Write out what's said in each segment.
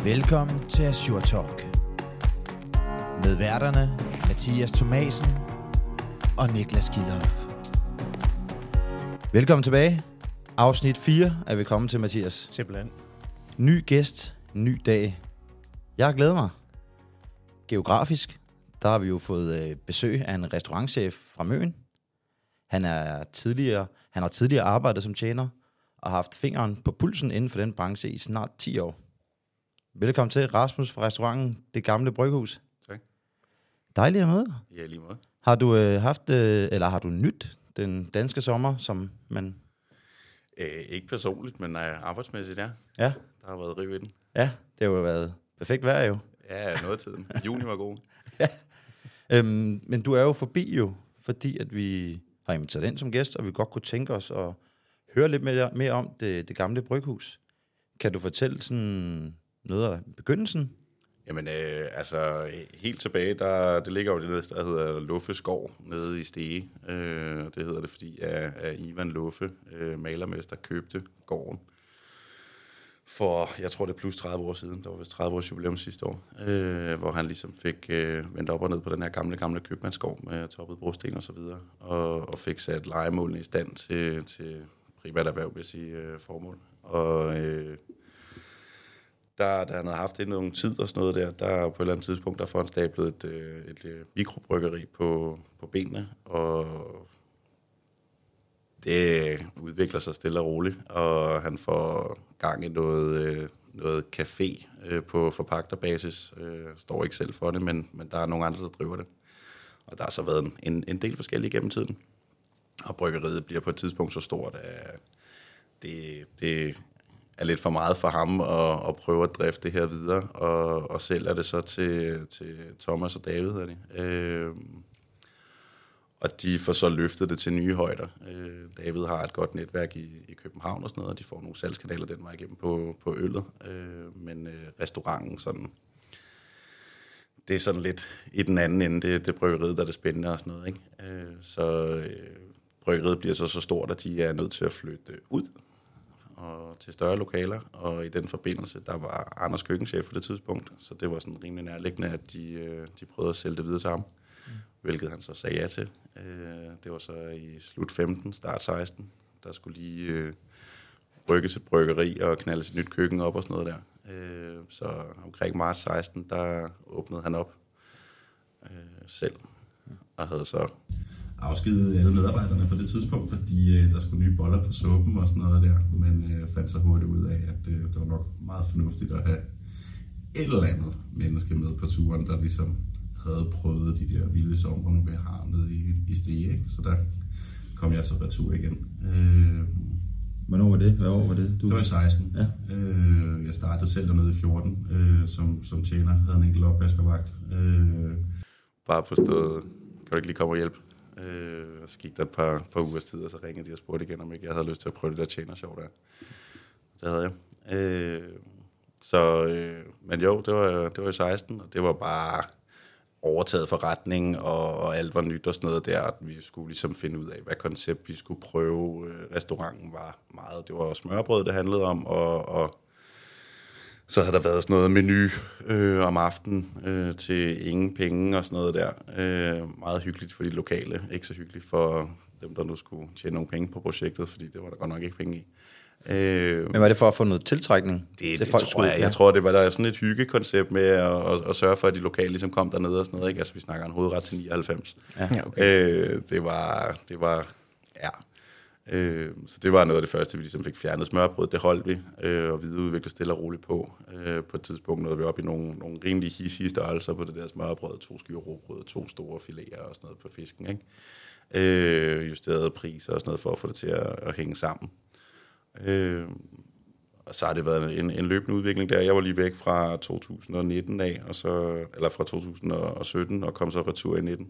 Velkommen til Azure Talk. Med værterne Mathias Thomasen og Niklas Kildhoff. Velkommen tilbage. Afsnit 4 er vi kommet til, Mathias. Simpelthen. Ny gæst, ny dag. Jeg har glædet mig. Geografisk, der har vi jo fået besøg af en restaurantchef fra Møn. Han har tidligere arbejdet som tjener og haft fingeren på pulsen inden for den branche i snart 10 år. Velkommen til, Rasmus fra restauranten Det Gamle Bryghus. Tak. Dejligt at møde dig. Ja, lige måde. Har du har du nyt den danske sommer, som man... Ikke personligt, men arbejdsmæssigt, ja. Ja. Der har været riv i den. Ja, det har jo været perfekt vejr jo. Ja, noget af tiden. Juni var god. Ja. Men du er jo forbi jo, fordi at vi har inviteret ind som gæst, og vi godt kunne tænke os at høre lidt mere om det gamle bryghus. Kan du fortælle sådan noget af begyndelsen? Jamen, helt tilbage, det ligger jo det, der hedder Luffe Skov nede i Stege. Det hedder det, fordi at Ivan Luffe, malermester, købte gården for, jeg tror det er plus 30 år siden. Der var vist 30 års jubilæum sidste år, hvor han ligesom fik vendt op og ned på den her gamle købmandsgård med toppet brosten og så videre, og fik sat lejemålene i stand til primært erhverv, vil jeg sige, formål. Og da han havde haft det nogle tid og sådan noget der på et eller andet tidspunkt, der får han stablet et mikrobryggeri på benene, og det udvikler sig stille og roligt, og han får gang i noget café på forpagterbasis. Står ikke selv for det, men der er nogle andre, der driver det. Og der har så været en del forskellige gennem tiden. Og bryggeriet bliver på et tidspunkt så stort, at det er lidt for meget for ham at prøve at drifte det her videre, og sælger det så til Thomas og David, hedder de. Og de får så løftet det til nye højder. David har et godt netværk i København og sådan noget, og de får nogle salgskanaler den vej igennem på øllet. Men restauranten, sådan, det er sådan lidt i den anden ende, det bryggeriet, der er det spændende og sådan noget, ikke? Så bryggeriet bliver så stort, at de er nødt til at flytte ud og til større lokaler, og i den forbindelse, der var Anders køkkenchef på det tidspunkt, så det var sådan rimelig nærliggende, at de prøvede at sælge det videre til ham, hvilket han så sagde ja til. Det var så i slut 15, start 16, der skulle lige brygges et bryggeri og knaldes et nyt køkken op og sådan noget der. Så omkring marts 16, der åbnede han op selv, og havde så afskedet alle medarbejderne på det tidspunkt, fordi der skulle nye boller på suppen og sådan noget der, men fandt så hurtigt ud af, at det var nok meget fornuftigt at have et eller andet menneske med på turen, der ligesom havde prøvet de der vilde sommer, vi har nede i Stege, så der kom jeg så retur igen. Hvornår var det? Hvad år var det? Det var i 16. Ja. Jeg startede selv dernede i 14, som tjener, havde en enkelt opvaskervagt. Bare på stedet, kan du ikke lige komme og hjælpe? Og så gik der et par ugers tid, og så ringede de og spurgte igen, om ikke jeg havde lyst til at prøve det der tjenersjov der. Det havde jeg. Men jo, det var i 16, og det var bare overtaget forretning, og alt var nyt og sådan noget der, at vi skulle ligesom finde ud af, hvad koncept vi skulle prøve. Restauranten var meget, det var smørbrød, det handlede om, og så havde der været sådan noget menu om aftenen til ingen penge og sådan noget der. Meget hyggeligt for de lokale, ikke så hyggeligt for dem, der nu skulle tjene nogle penge på projektet, fordi det var der godt nok ikke penge i. Men var det for at få noget tiltrækning til folk? Jeg tror, det var der sådan et hyggekoncept med at sørge for, at de lokale ligesom kom dernede og sådan noget. Ikke? Altså, vi snakker en hovedret til 99. Ja, okay. Det var så det var noget af det første, vi ligesom fik fjernet. Smørbrød, det holdt vi, og videreudviklet stille og roligt på. På et tidspunkt nåede vi op i nogle rimelig hissige størrelser på det der smørbrød, 2 skiver råbrød, 2 store fileter og sådan noget på fisken, ikke? Justerede priser og sådan noget for at få det til at hænge sammen. Og så har det været en løbende udvikling der. Jeg var lige væk fra 2019 af, eller fra 2017, og kom så retur i 19.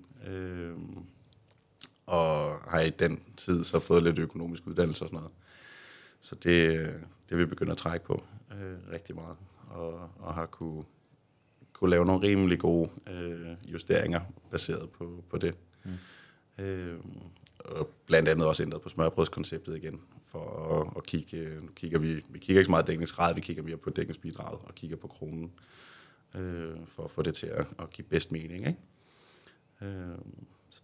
Og har i den tid så fået lidt økonomisk uddannelse og sådan noget. Så det vil vi begynde at trække på rigtig meget, og har kunne lave nogle rimelig gode justeringer baseret på det. Og blandt andet også ændret på smørbrødskonceptet igen, for at kigge. Nu kigger vi kigger ikke så meget dækningsgrad, vi kigger mere på dækningsbidraget og kigger på kronen, for at få det til at give bedst mening, ikke? Så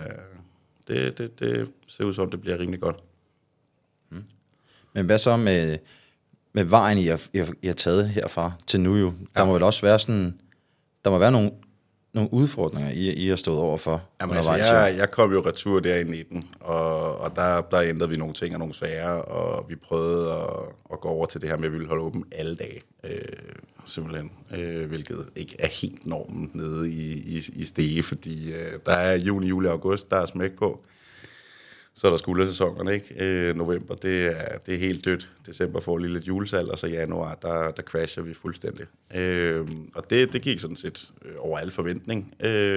det ser ud som, det bliver rimelig godt. Men hvad så med vejen, I har taget herfra til nu jo? Der må vel også være sådan, der må være nogle udfordringer, I har stået overfor. Jamen, altså, jeg kom jo retur der i 19, og der ændrede vi nogle ting og nogle svære, og vi prøvede at gå over til det her med, at vi ville holde åben alle dage, simpelthen, hvilket ikke er helt normen nede i Stege, fordi der er juni, juli og august, der er smæk på. Så er der skuldersæsonerne, ikke? November, det er helt dødt. December får lige lidt julesalg, og så januar, der crasher vi fuldstændig. Og det gik sådan set over al forventning.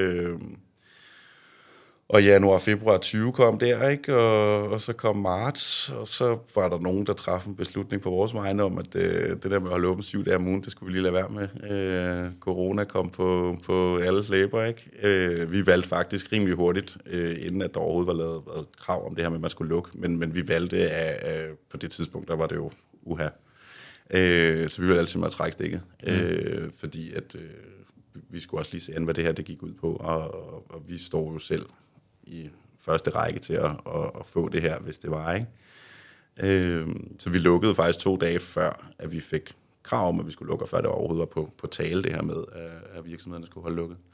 Og januar, februar 20 kom der, ikke? Og så kom marts, og så var der nogen, der træffede en beslutning på vores vegne om, at det der med at holde åben 7 dage om ugen, det skulle vi lige lade være med. Corona kom på alles læber, ikke? Vi valgte faktisk rimelig hurtigt, inden at der overhovedet var lavet krav om det her med, at man skulle lukke. Men vi valgte på det tidspunkt, der var det jo uha. Så vi valgte altid med at trække stikket. Fordi at vi skulle også lige se, hvad det her det gik ud på. Og vi står jo selv i første række til at få det her, hvis det var, ikke? Så vi lukkede faktisk 2 dage før, at vi fik krav om, at vi skulle lukke, før det overhovedet var på tale, det her med, at virksomhederne skulle holde lukket.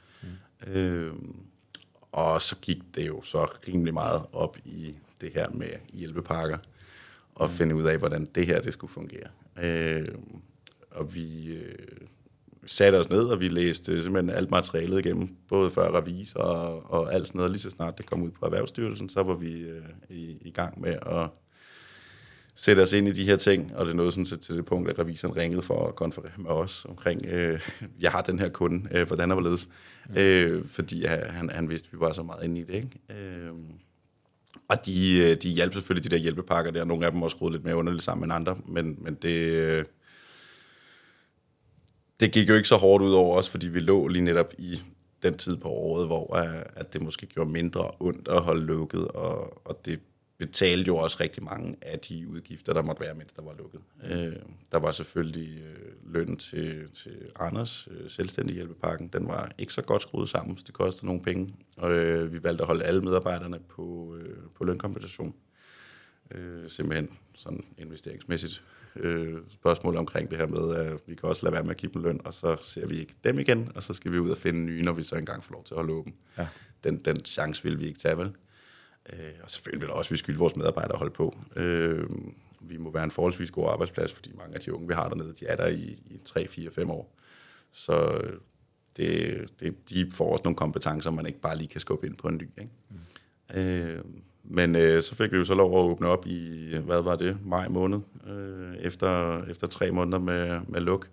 Og så gik det jo så rimelig meget op i det her med hjælpepakker, og finde ud af, hvordan det her det skulle fungere. Og vi satte os ned, og vi læste simpelthen alt materialet igennem, både før revisor og alt sådan noget. Lige så snart det kom ud på Erhvervsstyrelsen, så var vi i gang med at sætte os ind i de her ting, og det nåede sådan set til det punkt, at revisoren ringede for at konferere med os omkring, jeg har den her kunde, hvordan er hvorledes, fordi han vidste, at vi var så meget inde i det, ikke? Og de hjalp selvfølgelig, de der hjælpepakker der, nogle af dem også skruet lidt mere underligt sammen end andre, men det gik jo ikke så hårdt ud over os, fordi vi lå lige netop i den tid på året, hvor at det måske gjorde mindre ondt at holde lukket, og det betalte jo også rigtig mange af de udgifter, der måtte være, mens der var lukket. Der var selvfølgelig løn til Anders, selvstændig hjælpepakken. Den var ikke så godt skruet sammen, så det kostede nogle penge. Og vi valgte at holde alle medarbejderne på lønkompensation. Simpelthen sådan investeringsmæssigt spørgsmål omkring det her med, at vi kan også lade være med at give dem løn, og så ser vi ikke dem igen, og så skal vi ud og finde nye, når vi så engang får lov til at holde åben. Ja. Den chance vil vi ikke tage, vel? Og selvfølgelig vil også, vi skylde vores medarbejdere holde på. Vi må være en forholdsvis god arbejdsplads, fordi mange af de unge, vi har dernede, de er der i 3, 4, 5 år. Så de får også nogle kompetencer, man ikke bare lige kan skubbe ind på en ny, ikke? Men så fik vi jo så lov at åbne op i, hvad var det, maj måned, efter 3 måneder med luk.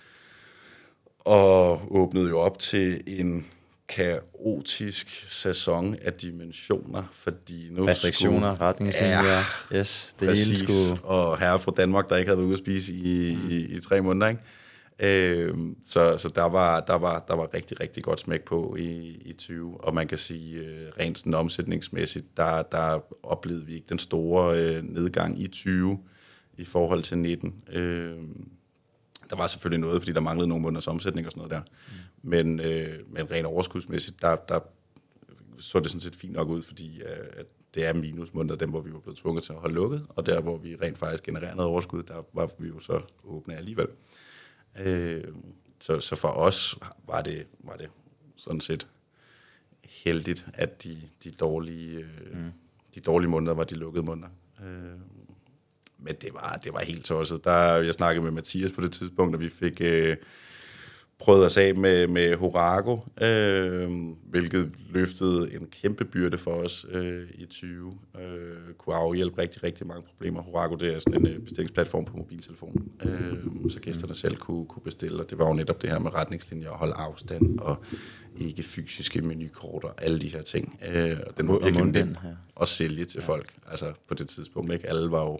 Og åbnede jo op til en kaotisk sæson af dimensioner, fordi nu restriktioner, retningslinjer, yes, det hele skulle. Og herre fra Danmark, der ikke havde været ude at spise i 3 måneder, ikke? Så der var rigtig, rigtig godt smæk på i 20, og man kan sige, rent sådan omsætningsmæssigt, der oplevede vi ikke den store nedgang i 20 i forhold til 19. Der var selvfølgelig noget, fordi der manglede nogle måneders omsætning og sådan noget der, men rent overskudsmæssigt, der så det sådan set fint nok ud, fordi at det er minusmåneder, dem hvor vi var blevet tvunget til at holde lukket, og der hvor vi rent faktisk genererede noget overskud, der var vi jo så åbne alligevel. Så for os var det sådan set heldigt, at de dårlige måneder var de lukkede måneder. Men det var helt tosset. Jeg snakkede med Mathias på det tidspunkt, og vi fik prøvet os af med Horago, hvilket løftede en kæmpe byrde for os i 20. Kunne afhjælpe rigtig, rigtig mange problemer. Horago, det er sådan en bestillingsplatform på mobiltelefonen, så gæsterne selv kunne bestille, og det var jo netop det her med retningslinjer og holde afstand, og ikke fysiske menukort og alle de her ting. Og den var virkelig nemt at sælge til folk, altså på det tidspunkt, ikke? Alle var jo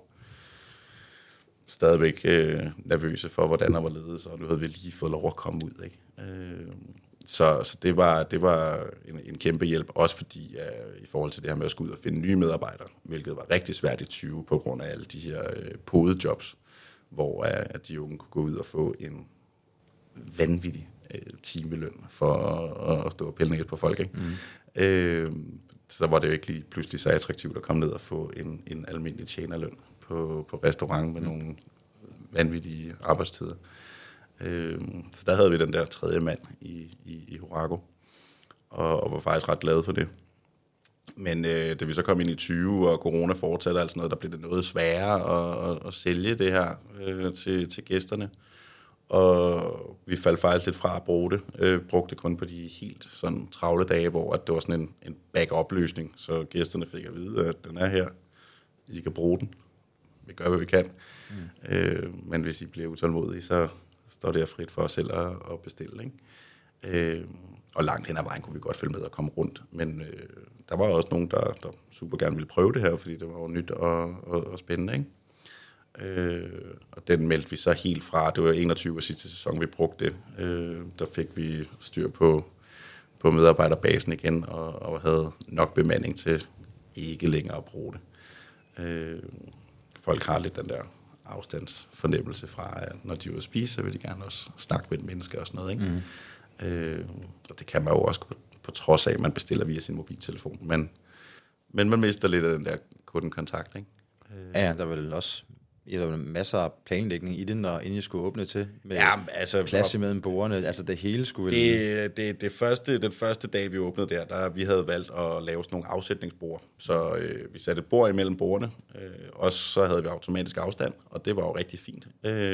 stadigvæk nervøse for, hvordan der var ledet, og nu havde vi lige fået lov at komme ud, ikke? Så det var en kæmpe hjælp, også fordi i forhold til det her med at skulle ud og finde nye medarbejdere, hvilket var rigtig svært i 20 på grund af alle de her podejobs, hvor at de unge kunne gå ud og få en vanvittig timeløn for at stå og pille nægget på folk. Ikke? Så var det jo ikke lige pludselig så attraktivt at komme ned og få en almindelig tjenerløn på restaurant med nogle vanvittige arbejdstider. Så der havde vi den der tredje mand i Horago, og var faktisk ret glade for det. Men da vi så kom ind i 20, og corona fortsatte og alt sådan noget, der blev det noget sværere at sælge det her til gæsterne. Og vi faldt faktisk lidt fra at bruge det. Brugte det kun på de helt sådan travle dage, hvor at det var sådan en backup-løsning, så gæsterne fik at vide, at den er her. I kan bruge den. Vi gør, hvad vi kan. Men hvis I bliver utålmodige, så står det frit for os selv at bestille. Ikke? Og langt hen ad vejen kunne vi godt følge med og komme rundt. Men der var også nogen, der super gerne ville prøve det her, fordi det var jo nyt og spændende. Ikke? Og den meldte vi så helt fra. Det var 21 af sidste sæson, vi brugte det. Der fik vi styr på medarbejderbasen igen, og havde nok bemanding til ikke længere at bruge det. Folk har lidt den der afstandsfornemmelse fra, at når de er ude at spise, så vil de gerne også snakke med et menneske og sådan noget. Ikke? Og det kan man jo også på trods af, at man bestiller via sin mobiltelefon. Men man mister lidt af den der kundekontakt. Ikke? Ja, der vil også der var masser af planlægning i det, inden jeg skulle åbne til, med plads imellem bordene, altså det hele skulle vel... Den første dag, vi åbnede der vi havde valgt at lave sådan nogle afsætningsbord, så vi satte et bord imellem bordene, og så havde vi automatisk afstand, og det var jo rigtig fint.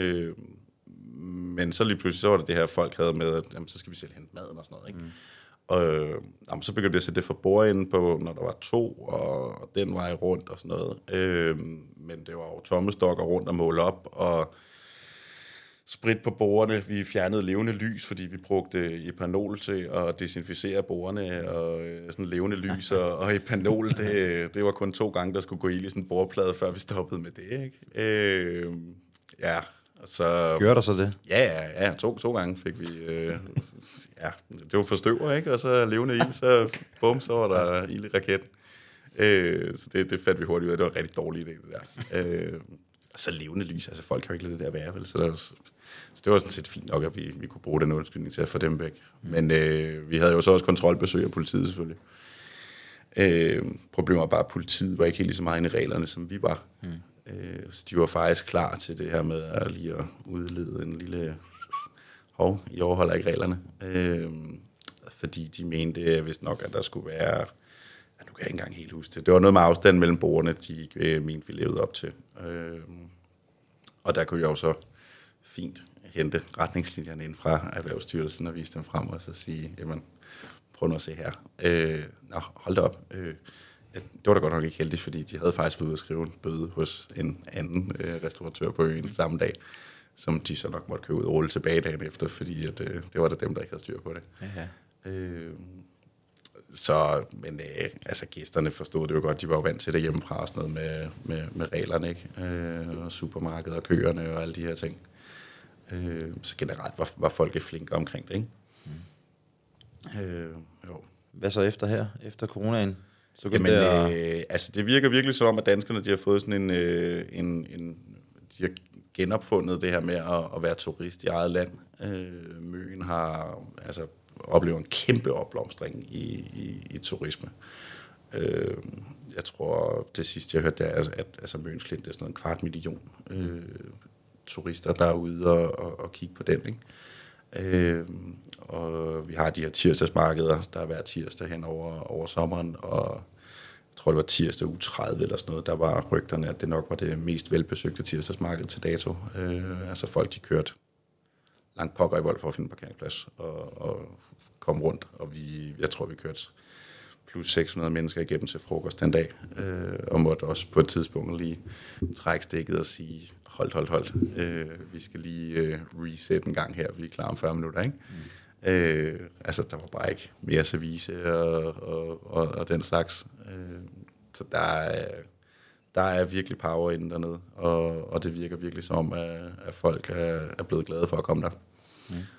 Men så lige pludselig, så var det her, folk havde med, at jamen, så skal vi selv hente maden og sådan noget, ikke? Og så begyndte vi at sætte det for bordenden på, når der var 2, og den vej rundt og sådan noget. Men det var jo tomme stokker rundt og måle op, og sprit på bordene. Vi fjernede levende lys, fordi vi brugte Epanol til at desinficere bordene, og sådan levende lys og Epanol, det var kun 2 gange, der skulle gå ild i sådan en bordplade, før vi stoppede med det, ikke? Ja. Så, gør der så det? Ja, to gange fik vi, det var forstøver, ikke? Og så levende ild, så bum, så var der ild i raketten. Så det fandt vi hurtigt ud af, det var en rigtig dårlig idé, det der. Og så levende lys, altså folk kan jo ikke lade det der være, vel? Så det var sådan set fint nok, at vi kunne bruge den undskyldning til at få dem væk. Men vi havde jo så også kontrolbesøg af politiet, selvfølgelig. Problemet var bare, at politiet var ikke helt lige så meget inde i reglerne, som vi var. Så de var faktisk klar til det her med at lige at udlede en lille... I overholder ikke reglerne. Fordi de mente vist nok, at der skulle være... Nu kan jeg ikke engang helt huske det. Det var noget med afstanden mellem bordene, de mente, vi levede op til. Og der kunne jeg jo så fint hente retningslinjerne ind fra Erhvervsstyrelsen og vise dem frem og så sige, jamen, prøv nu at se her. Hold da op. Det var da godt nok ikke heldigt, fordi de havde faktisk været ude at skrive en bøde hos en anden restauratør på øen samme dag, som de så nok måtte købe ud og rulle tilbage dagen efter, fordi at, det var der dem, der ikke havde styr på det. Men gæsterne forstod det jo godt. De var jo vant til det hjemmefra og sådan noget med reglerne, ikke? Og supermarkeder og køerne og alle de her ting. Så generelt var folk flinke omkring det, ikke? Jo. Hvad så efter coronaen? Så jamen, det virker virkelig som om, at danskerne de har fået sådan de har genopfundet det her med at være turist i eget land. Møn har oplever en kæmpe opblomstring i turisme. Jeg tror, det sidste jeg hørte, at Møns Klint er sådan noget 250.000 turister, der er ude og kigge på den, ikke? Og vi har de her tirsdagsmarkeder, der er hver tirsdag hen over sommeren, og jeg tror, det var tirsdag uge 30 eller sådan noget, der var rygterne, at det nok var det mest velbesøgte tirsdagsmarked til dato. Folk, de kørte langt pokker i vold for at finde en parkeringsplads og komme rundt, og jeg tror, vi kørte plus 600 mennesker igennem til frokost den dag, og måtte også på et tidspunkt lige trække stikket og sige, hold. Vi skal lige reset en gang her, vi er klar om 40 minutter, ikke? Der var bare ikke mere service og den slags. Så der er virkelig power inde dernede, og det virker virkelig som, at folk er blevet glade for at komme der.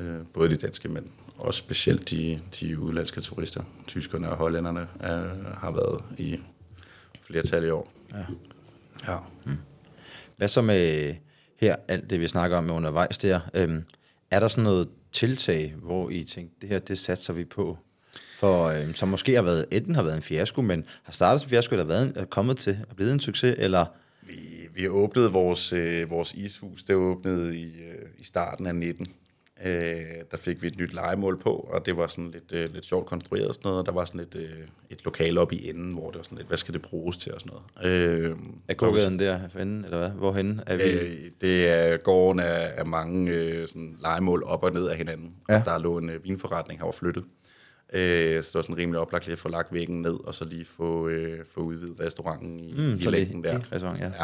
Både de danske, men også specielt de udenlandske turister. Tyskerne og hollænderne har været i flertal i år. Ja. Hvad så med her, alt det vi snakker om undervejs der? Er der sådan noget tiltag, hvor I tænkte, det satser vi på? For som måske har været en fiasko, men har startet som fiasko, eller er kommet til at blive en succes, eller? Vi åbnede vores ishus, det åbnede i starten af 19. Der fik vi et nyt lejemål på, og det var sådan lidt sjovt konstrueret og sådan noget. Der var sådan et lokale op i enden, hvor det var sådan lidt, hvad skal det bruges til og sådan noget. Er gågaden der for enden, eller hvad? Hvorhenne er vi? Det er gården af mange sådan lejemål op og ned af hinanden. Ja. Og der lå en vinforretning, der var flyttet. Så det var sådan rimelig oplagt lige at få lagt væggen ned, og så lige få udvidet restauranten i længden der. Restaurant, ja.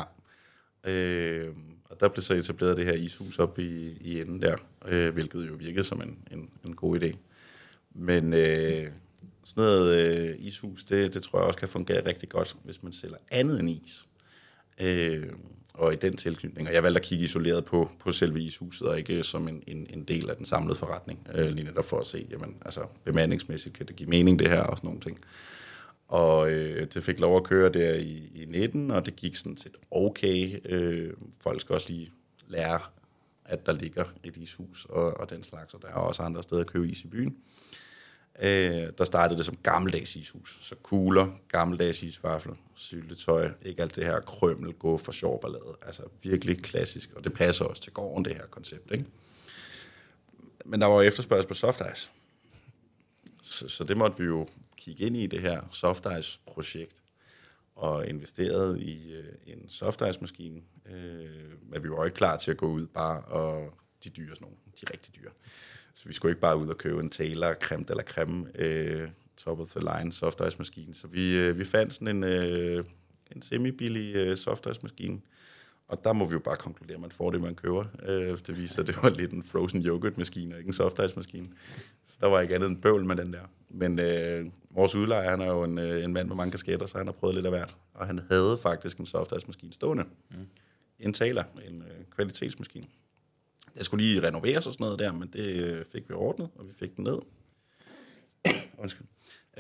Og der blev så etableret det her ishus op i enden der, hvilket jo virkede som en god idé. Men sådan noget ishus, det tror jeg også kan fungere rigtig godt, hvis man sælger andet end is. Og i den tilknytning, og jeg valgte at kigge isoleret på selve ishuset, og ikke som en del af den samlede forretning, lige netop for at se, jamen, altså bemandingsmæssigt kan det give mening det her, og sådan nogle ting. Og det fik lov at køre der i 19, og det gik sådan set okay. Folk skal også lige lære, at der ligger et ishus og den slags, og der er også andre steder at købe is i byen. Der startede det som gammeldags ishus. Så kugler, gammeldags isvafler, syltetøj, ikke alt det her krømmel, gå for sjov ballade. Altså virkelig klassisk, og det passer også til gården, det her koncept, ikke? Men der var jo efterspørgsel på soft ice. Så det måtte vi jo kigge ind i, det her soft ice-projekt, og investerede i en soft ice-maskine. Men vi var jo ikke klar til at gå ud bare og de dyre sådan nogle, de rigtig dyre. Så vi skulle ikke bare ud og købe en Taylor creme eller creme top of the line soft ice maskine. Så vi fandt sådan en semi-billig soft ice maskine. Og der må vi jo bare konkludere, at man får det, man køber. Det viser, at det var lidt en frozen yoghurt maskine og ikke en soft ice maskine. Så der var ikke andet end bøvl med den der. Men vores udlejer, han er jo en mand med mange kasketter, så han har prøvet lidt af hvert. Og han havde faktisk en soft ice maskine stående. En Taylor, en kvalitetsmaskine. Jeg skulle lige renoveres og sådan noget der, men det fik vi ordnet, og vi fik den ned. Undskyld.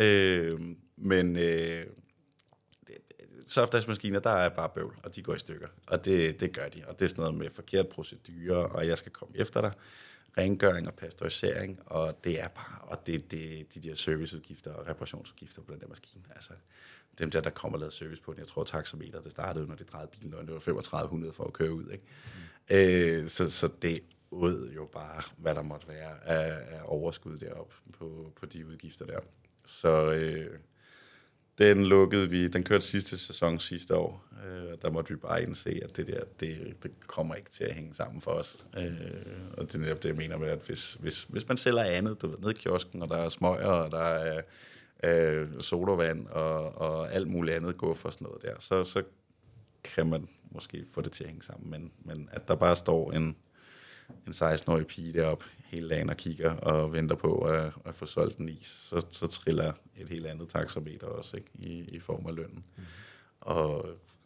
Soft ice maskiner, der er bare bøvl, og de går i stykker. Og det gør de. Og det er sådan noget med forkert procedurer, og jeg skal komme efter dig. Rengøring og pasteurisering, og det er bare, og det de der serviceudgifter og reparationsudgifter på den der maskine. Altså, dem der kommer og lavede service på den, jeg tror taxameter, det startede, når de drejede bilen, og det var 3500 for at køre ud, ikke? Så det ud jo bare, hvad der måtte være af overskud deroppe på de udgifter der. Så den lukkede vi, den kørte sidste sæson sidste år. Der måtte vi bare indse, at det der, det kommer ikke til at hænge sammen for os. Og det er netop det, jeg mener med, at hvis man sælger andet, du ved, nede i kiosken, og der er smøger, og der er sodavand, og alt muligt andet går for sådan noget der, så kan man måske få det til at hænge sammen. Men at der bare står en 16-årig pige deroppe hele dagen og kigger og venter på at få solgt en is, så triller et helt andet taxameter også, ikke? I form af lønnen. Og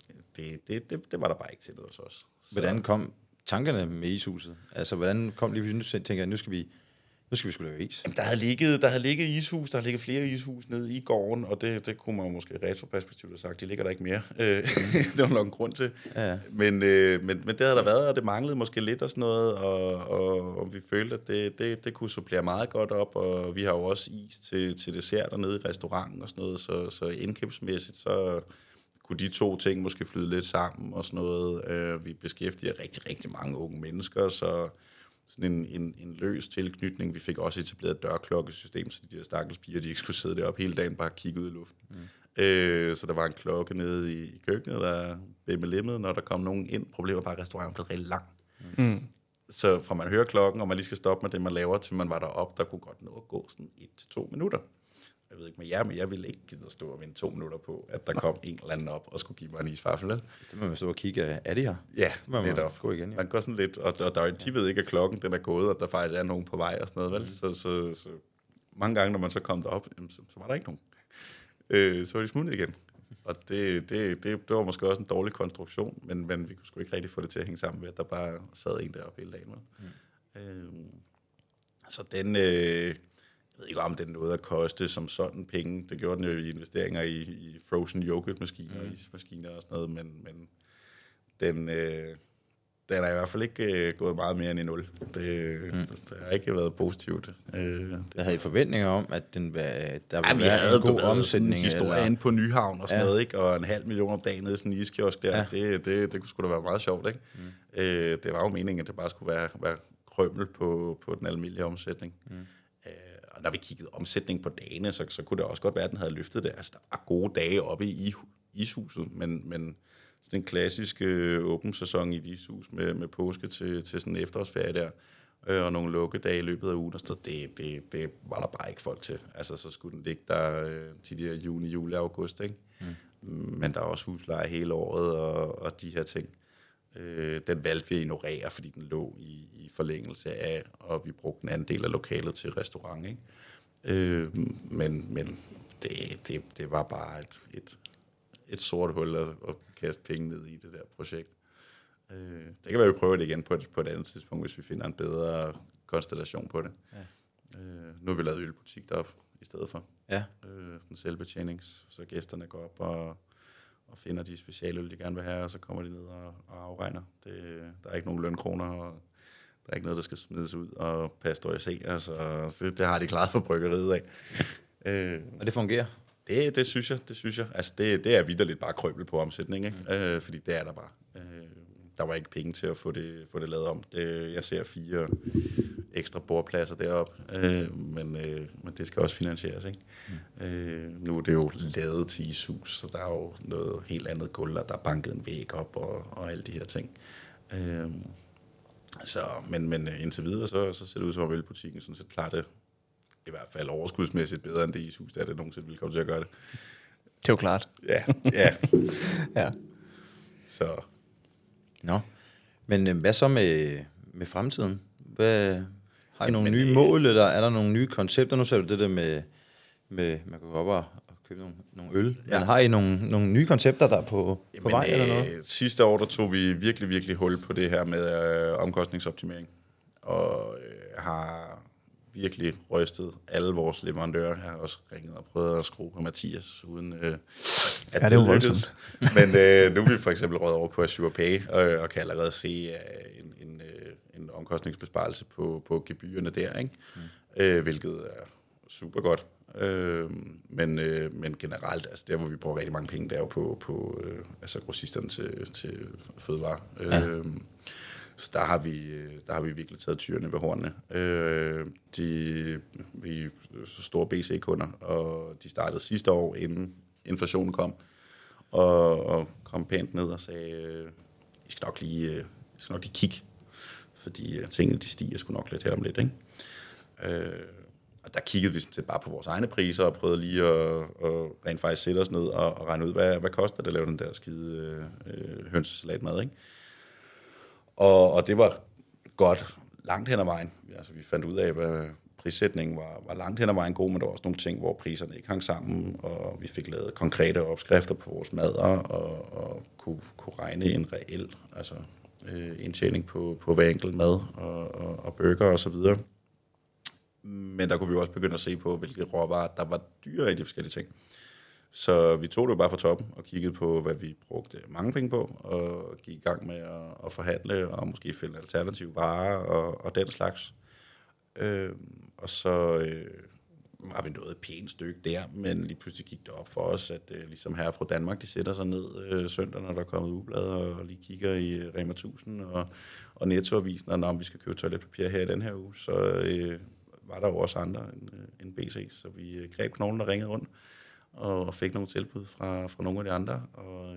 det var der bare ikke til noget hos os. Hvordan kom tankerne med ishuset? Altså, hvordan kom lige pludselig, tænker jeg, nu skal vi skulle lave is? Jamen, der havde ligget ishus, der har ligget flere ishus nede i gården, og det kunne man jo måske retroperspektivt have sagt, de ligger der ikke mere. Det var nok en grund til. Ja. Men det havde der været, og det manglede måske lidt og sådan noget, og vi følte, at det kunne supplere meget godt op, og vi har jo også is til dessert dernede i restauranten og sådan noget, så indkøbsmæssigt, så kunne de to ting måske flyde lidt sammen og sådan noget. Vi beskæftiger rigtig, rigtig mange unge mennesker, så sådan en løs tilknytning. Vi fik også etableret et dørklokkesystem, så de der stakkels piger, de ikke skulle sidde deroppe hele dagen, bare kigge ud i luften. Så der var en klokke nede i køkkenet, der bimmelemmede, når der kom nogen ind. Problemet var bare, at restauranten blev rigtig lang. Så fra man hører klokken, og man lige skal stoppe med det, man laver, til man var deroppe, der kunne godt nå at gå sådan 1-2 minutter. Jeg ved ikke med jer, men jeg ville ikke gide at stå og vente 2 minutter på, at der kom en eller anden op og skulle give mig en isvaffel. Så må man stå og kigge, er de her? Ja, så må man gå igen. Ja. Man går sådan lidt, og de ved ikke, at klokken den er gået, og der faktisk er nogen på vej og sådan noget, vel? Så mange gange, når man så kom derop, så var der ikke nogen. Så var de smuttet igen. Og det var måske også en dårlig konstruktion, men vi kunne sgu ikke rigtig få det til at hænge sammen med, at der bare sad en deroppe hele dagen. Så den, jeg ved ikke, om den nåede at koste som sådan penge. Det gjorde den jo i investeringer i frozen yoghurtmaskiner, ismaskiner og sådan noget, men den er i hvert fald ikke gået meget mere end i 0. Det har ikke været positivt. Jeg havde I forventninger om, at der ville være en god omsætning? Historien på Nyhavn og sådan noget, ikke? Og 500.000 om dagen nede i sådan en iskiosk der. Ja. Det kunne sgu da være meget sjovt, ikke? Det var jo meningen, at det bare skulle være krømmel på den almindelige omsætning. Og når vi kiggede omsætning på dagene, så kunne det også godt være, at den havde løftet det. Altså, der var gode dage oppe i ishuset, men sådan en klassisk åben sæson i et ishus med påske til sådan en efterårsferie der, og nogle lukkedage i løbet af ugen, og det var der bare ikke folk til. Altså, så skulle den ligge der til de her juni, juli, august, ikke? Men der er også husleje hele året, og de her ting. Den valgte vi at ignorere, fordi den lå i forlængelse af, og vi brugte en anden del af lokalet til restaurant, ikke? Men det var bare et sort hul at kaste penge ned i det der projekt. Det kan være, at vi prøver det igen på et andet tidspunkt, hvis vi finder en bedre konstellation på det. Ja. Nu har vi lavet ølbutik deroppe i stedet for. Ja. Sådan selvbetjenings, så gæsterne går op og finder de specialøl, de gerne vil have, og så kommer de ned og afregner. Der er ikke nogen lønkroner, og der er ikke noget, der skal smides ud og pasteuriseres. Altså, det har de klaret for bryggeriet af. Og det fungerer? Det synes jeg. Altså, det er vitterligt bare krøbel på omsætning, ikke? Fordi det er der bare. Der var ikke penge til at få det lavet om. Jeg ser 4 ekstra bordpladser deroppe, men det skal også finansieres, ikke? Nu er det jo lavet til ishus, så der er jo noget helt andet gulv, og der er banket en væg op og alle de her ting. Men indtil videre, så ser det ud som om ølbutikken sådan set klarer det i hvert fald overskudsmæssigt bedre end det ishus, der det nogensinde vil komme til at gøre det. Det er jo klart. Ja. Ja. Så. Nå. Men hvad så med fremtiden? Har I nogle nye mål, eller er der nogle nye koncepter? Nu ser du det der med man kan gå op og købe nogle øl. Ja. Men har I nogle nye koncepter, der er på vej eller noget? Sidste år, der tog vi virkelig, virkelig hul på det her med omkostningsoptimering. Og har virkelig rystet alle vores leverandører. Jeg har også ringet og prøvet at skrue på Mathias, uden at det lykkedes. Men nu er vi for eksempel røget over på Azure Pay, og kan allerede se en omkostningsbesparelse på gebyrerne der, ikke? Hvilket er super godt. Men generelt, altså der hvor vi bruger rigtig mange penge, det er jo på grossisterne til fødevare. Ja. Så der har vi virkelig taget tyrene ved hornene. Vi er så store BC-kunder, og de startede sidste år, inden inflationen kom, og kom pænt ned og sagde, I skal nok lige kigge, fordi tingene de stiger sgu nok lidt her om lidt, ikke? Og der kiggede vi sådan set bare på vores egne priser, og prøvede lige at rent faktisk sætte os ned og regne ud, hvad koster det at lave den der skide hønsesalatmad, ikke? Og det var godt langt hen ad vejen. Altså, vi fandt ud af, at prissætningen var langt hen ad vejen god, men der var også nogle ting, hvor priserne ikke hang sammen, og vi fik lavet konkrete opskrifter på vores madder, og kunne regne en reel indtjening på hver enkelt mad og burger og så videre. Men der kunne vi også begynde at se på, hvilke råvarer der var dyre i de forskellige ting. Så vi tog det jo bare fra toppen og kiggede på, hvad vi brugte mange penge på, og gik i gang med at forhandle og måske finde alternative varer og den slags. Og så var vi nået et pænt stykke der, men lige pludselig gik det op for os, at ligesom her fra Danmark, de sætter sig ned søndag, når der er kommet ugeblad, og lige kigger i Rema 1000 og Nettoavisen, og når vi skal købe toiletpapir her i den her uge, så var der jo også andre end BC, så vi greb knoglen og ringede rundt, og fik nogle tilbud fra nogle af de andre, og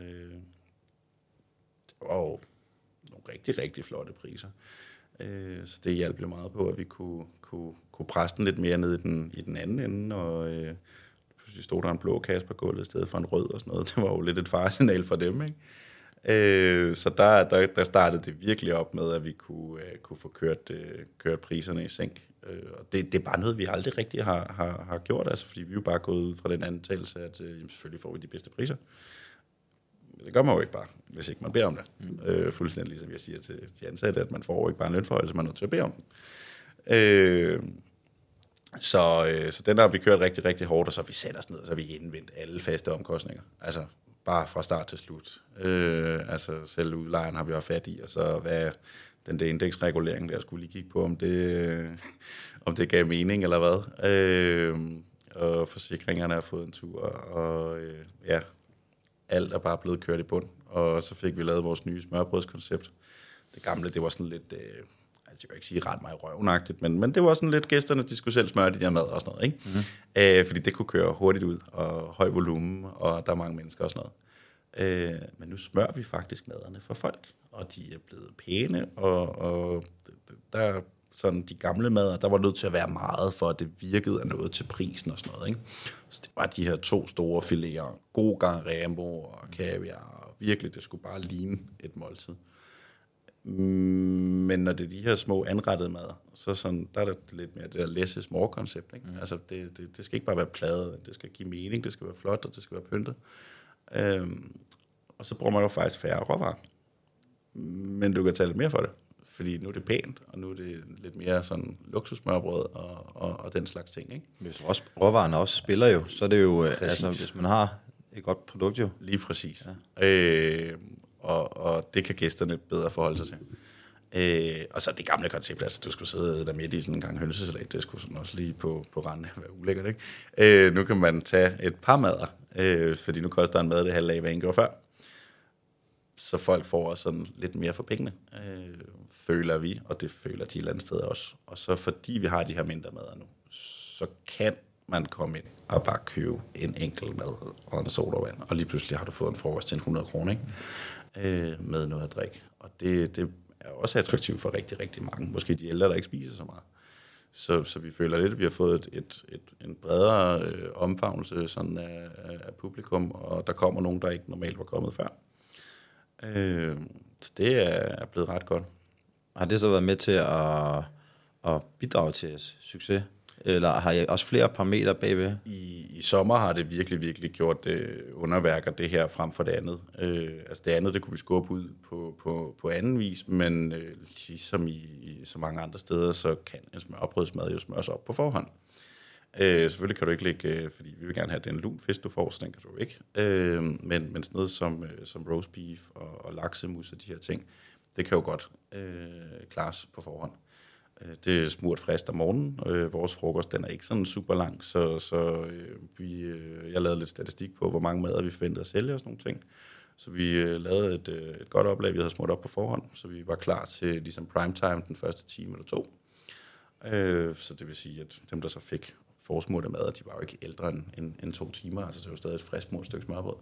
det var jo nogle rigtig, rigtig flotte priser. Så det hjalp jo meget på, at vi kunne presse den lidt mere ned i den anden ende, og pludselig stod der en blå kasse på gulvet i stedet for en rød og sådan noget. Det var jo lidt et faresignal for dem, ikke? Så der startede det virkelig op med, at vi kunne få kørt priserne i sænk. Og det er bare noget, vi aldrig rigtig har gjort, altså, fordi vi er jo bare gået ud fra den antagelse, at selvfølgelig får vi de bedste priser. Det gør man jo ikke bare, hvis ikke man beder om det. Fuldstændig ligesom jeg siger til de ansatte, at man får ikke bare en lønforhøjelse, man er nødt til at bede om den. Så den har vi kørt rigtig, rigtig hårdt, og så har vi sat os ned, og så har vi indvendt alle faste omkostninger. Altså bare fra start til slut. Altså selv udlejeren har vi også fat i, og så hvad den der indeksregulering, der skulle lige kigge på, om det gav mening eller hvad. Og forsikringerne har fået en tur, og alt er bare blevet kørt i bund. Og så fik vi lavet vores nye smørbrødskoncept. Det gamle, det var sådan lidt, jeg kan ikke sige ret meget røvnagtigt, men det var sådan lidt, gæsterne, de skulle selv smøre de der mad og sådan noget, ikke? Fordi det kunne køre hurtigt ud, og høj volumen, og der er mange mennesker og sådan noget. Men nu smører vi faktisk maderne for folk, og de er blevet pæne, og der sådan de gamle mader, der var nødt til at være meget, for at det virkede af noget til prisen og sådan noget, ikke? Så det var de her 2 store fileter, god gang Rambo og kaviar, og virkelig, det skulle bare ligne et måltid. Men når det er de her små anrettede mader, så sådan, der er det lidt mere det der less is more koncept, ikke? Altså det skal ikke bare være pladet, det skal give mening, det skal være flot, og det skal være pyntet. Og så bruger man jo faktisk færre råvarer. Men du kan tage lidt mere for det, fordi nu er det pænt, og nu er det lidt mere sådan luksusmørbrød og den slags ting, ikke? Hvis også råvarerne også spiller jo, så er det jo, altså hvis man har et godt produkt jo. Lige præcis. Ja. Og det kan gæsterne bedre forholde sig til. Og så det gamle koncept, altså du skulle sidde der midt i sådan en gang hønsesalat, det skulle sådan også lige på randen være ulækkert, ikke? Nu kan man tage et par mader, fordi nu koster en mad det halve af, hvad en gjorde før. Så folk får også sådan lidt mere for pengene, føler vi, og det føler de et eller andet sted også. Og så fordi vi har de her mindre mader nu, så kan man komme ind og bare købe en enkelt mad og en sodavand, og lige pludselig har du fået en frokost til 100 kroner, ikke? Med noget at drikke. Og det er også attraktivt for rigtig, rigtig mange. Måske de ældre, der ikke spiser så meget. Så vi føler lidt, at vi har fået en bredere omfavnelse sådan af publikum, og der kommer nogen, der ikke normalt var kommet før. Så det er blevet ret godt. Har det så været med til at bidrage til jeres succes? Eller har I også flere parametre bagved? I sommer har det virkelig, virkelig gjort underværker det her frem for det andet. Altså det andet, det kunne vi skubbe ud på anden vis, men ligesom i så mange andre steder, så kan en smørbrødsmad jo smøres op på forhånd. Selvfølgelig kan du ikke lægge, fordi vi vil gerne have den lun fisk, du får, så den kan du ikke. Men sådan noget som roast beef og laksemus og de her ting, det kan jo godt klares på forhånd. Det er smurt frisk om morgenen. Vores frokost, den er ikke sådan super lang, så jeg lavede lidt statistik på, hvor mange mader vi forventede at sælge og sådan nogle ting. Så vi lavede et godt oplag, vi havde smurt op på forhånd, så vi var klar til ligesom primetime den første time eller 2. Så det vil sige, at dem, der så fik forsmurte mader, de var jo ikke ældre end 2 timer, altså det var stadig et frisk smurt stykke smørbrød.